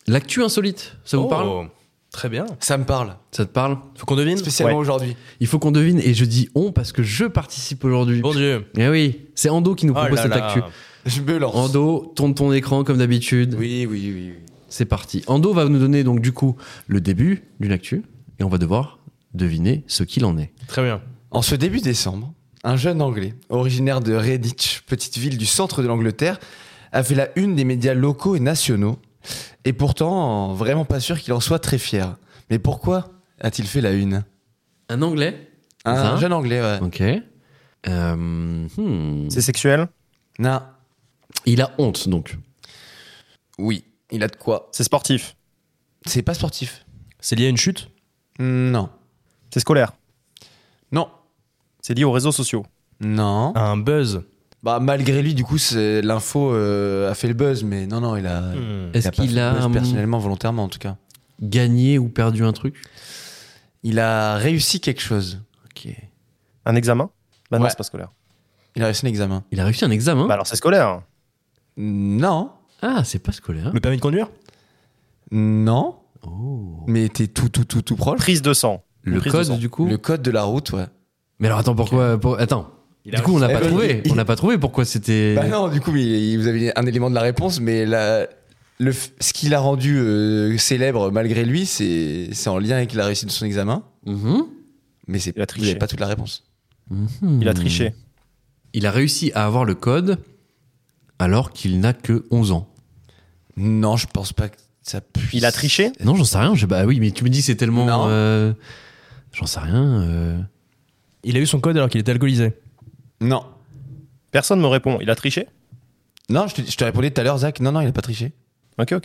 L'actu insolite, ça vous parle? Très bien. Ça me parle. Ça te parle? Faut qu'on devine. Spécialement aujourd'hui. Il faut qu'on devine, et je dis on parce que je participe aujourd'hui. Bon Dieu. Eh oui, c'est Ando qui nous propose là cette là. actu. Je me lance. Ando, tourne ton écran comme d'habitude. Oui. C'est parti. Ando va nous donner donc du coup le début d'une actu, et on va devoir deviner ce qu'il en est. Très bien. En ce début décembre, un jeune Anglais, originaire de Redditch, petite ville du centre de l'Angleterre, a fait la une des médias locaux et nationaux, et pourtant vraiment pas sûr qu'il en soit très fier. Mais pourquoi a-t-il fait la une? Un Anglais? Un jeune Anglais, ouais. Ok. C'est sexuel? Non. Il a honte donc. Oui. Il a de quoi? C'est sportif? C'est pas sportif. C'est lié à une chute? Non. C'est scolaire? Non. C'est lié aux réseaux sociaux? Non. Un buzz? Bah malgré lui, du coup, l'info a fait le buzz, mais non, il a. Est-ce il a pas qu'il fait le a buzz personnellement, volontairement en tout cas. gagné ou perdu un truc? Il a réussi quelque chose. Ok. Un examen? Bah non, Ouais. c'est pas scolaire. Il a réussi un examen. Il a réussi un examen? Bah alors c'est scolaire. Non. Ah, c'est pas scolaire. Le permis de conduire? Non. Oh. Mais t'es tout proche. Prise de sang. Le Prise de code sang. du coup? Le code de la route, ouais. Mais alors attends, pourquoi Attends. Du coup, on n'a pas réussi. trouvé. On n'a pas trouvé pourquoi c'était. Bah non, du coup, mais vous avez un élément de la réponse, mais ce qui l'a rendu célèbre malgré lui, c'est en lien avec la réussite de son examen. Mhm. Mais Il a vous triché. n'avez pas toute la réponse. Mhm. Il a triché. Il a réussi à avoir le code alors qu'il n'a que 11 ans. Non, je pense pas que ça puisse. Il a triché? Non, j'en sais rien. Bah oui, mais tu me dis que c'est tellement. Non. J'en sais rien. Il a eu son code alors qu'il était alcoolisé. Non. Personne me répond. Il a triché? Non, je te répondais tout à l'heure, Zach. Non, il a pas triché. Ok.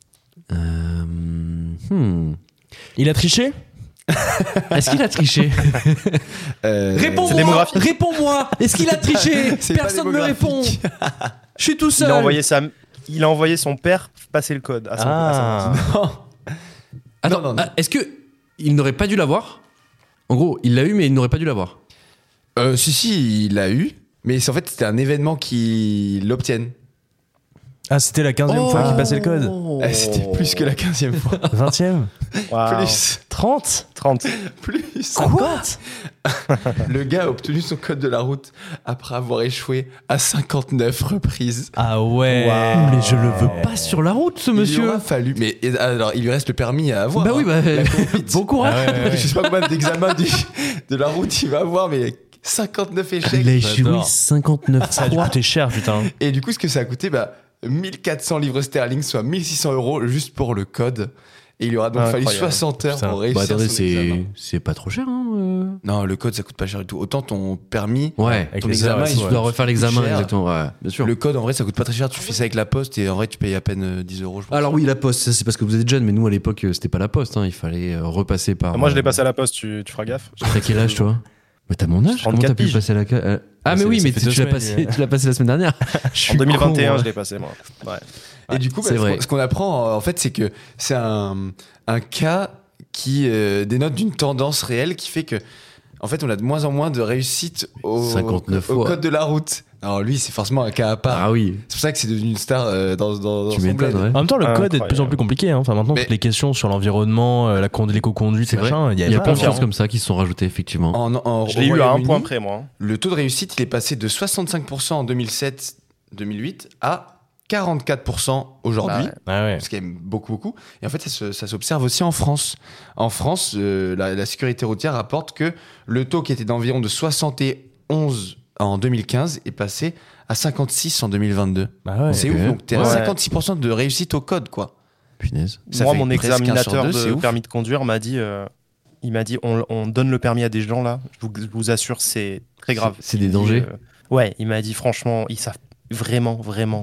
Il a triché? Est-ce qu'il a triché? C'est Réponds-moi! démographique. Réponds-moi! Est-ce qu'il a triché? C'est pas Personne me répond! démographique. Je suis tout Il seul! a envoyé son père passer le code à sa Attends, Non. est-ce que il n'aurait pas dû l'avoir? En gros, il l'a eu, mais il n'aurait pas dû l'avoir. Si, il l'a eu. Mais en fait, c'était un événement qui l'obtienne. Ah, c'était la 15e fois qu'il passait le code. C'était plus que la 15e fois. 20e? Plus. 30? 30. Plus. Quoi? Le gars a obtenu son code de la route après avoir échoué à 59 reprises. Ah ouais. Mais je le veux pas sur la route, ce Il lui monsieur. aura fallu. Mais alors, il lui reste le permis à avoir. Bah oui, hein. bah, La conduite. bon courage. Je sais pas combien d'examens de la route il va avoir, mais 59 échecs. Il a échoué J'adore. 59 Ça a dû fois. coûter cher, putain. Et du coup, ce que ça a coûté, 1400 livres sterling, soit 1600 € juste pour le code. Et il lui aura donc fallu Incroyable. 60 heures Putain. pour réussir Bah attendez, son examen. c'est pas trop cher, hein Non, le code, ça coûte pas cher du tout. Autant ton permis, Ouais, Avec ton les examen, heures, il tu dois refaire l'examen, cher. exactement. Ouais, bien sûr. Le code, en vrai, ça coûte pas très cher. Tu fais ça avec la poste et en vrai, tu payes à peine 10 €, je pense. Alors oui, la poste, ça, c'est parce que vous êtes jeune, mais nous à l'époque, c'était pas la poste. Hein, il fallait repasser par. Moi, je l'ai passé à la poste, tu feras gaffe. T'as quel âge, toi? Mais t'as mon âge. Comment 34 t'as pu piges. passer à la Ah, mais Ça oui, fait mais 2 tu l'as semaines, passé, lui. tu l'as passé la semaine dernière. Je suis En 2021, con, je l'ai passé, moi. Ouais. Et du coup, C'est vrai. ce qu'on apprend, en fait, c'est que c'est un cas qui dénote d'une tendance réelle qui fait que, en fait, on a de moins en moins de réussite au 59 fois. code de la route. Alors lui, c'est forcément un cas à part. Ah oui. C'est pour ça que c'est devenu une star dans Tu son m'étonnes, bled. ouais. En même temps, le code est de plus en Incroyable. plus compliqué. Hein. Enfin, maintenant, Mais- toutes les questions sur l'environnement, l'éco-conduite, C'est vrai. machin, Il y a pas plein de avant. choses comme ça qui se sont rajoutées, effectivement. Je l'ai eu à un point près, moi. Le taux de réussite, il est passé de 65% en 2007-2008 à 44% aujourd'hui. Ah ouais. C'est quand même beaucoup. Et en fait, ça s'observe aussi en France. En France, la sécurité routière rapporte que le taux qui était d'environ de 71 en 2015 est passé à 56 en 2022. Bah ouais. C'est ok. ouf, donc t'es à Ouais. 56% de réussite au code, quoi. Punaise. Ça Moi, fait mon presque 1 sur examinateur 2, c'est de ouf. permis de conduire m'a dit, il m'a dit, on donne le permis à des gens là. Je vous assure, c'est très grave. C'est des Il dit, dangers. Ouais, il m'a dit franchement, ils savent vraiment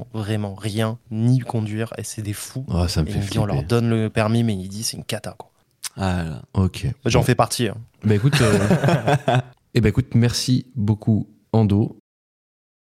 rien ni conduire et c'est des fous. Oh, ça me Et fait il me dit, on leur flipper. donne le permis, mais il dit c'est une cata quoi. Ah là. Ok. J'en fais partie. Hein. Bah écoute, écoute, merci beaucoup, Ando.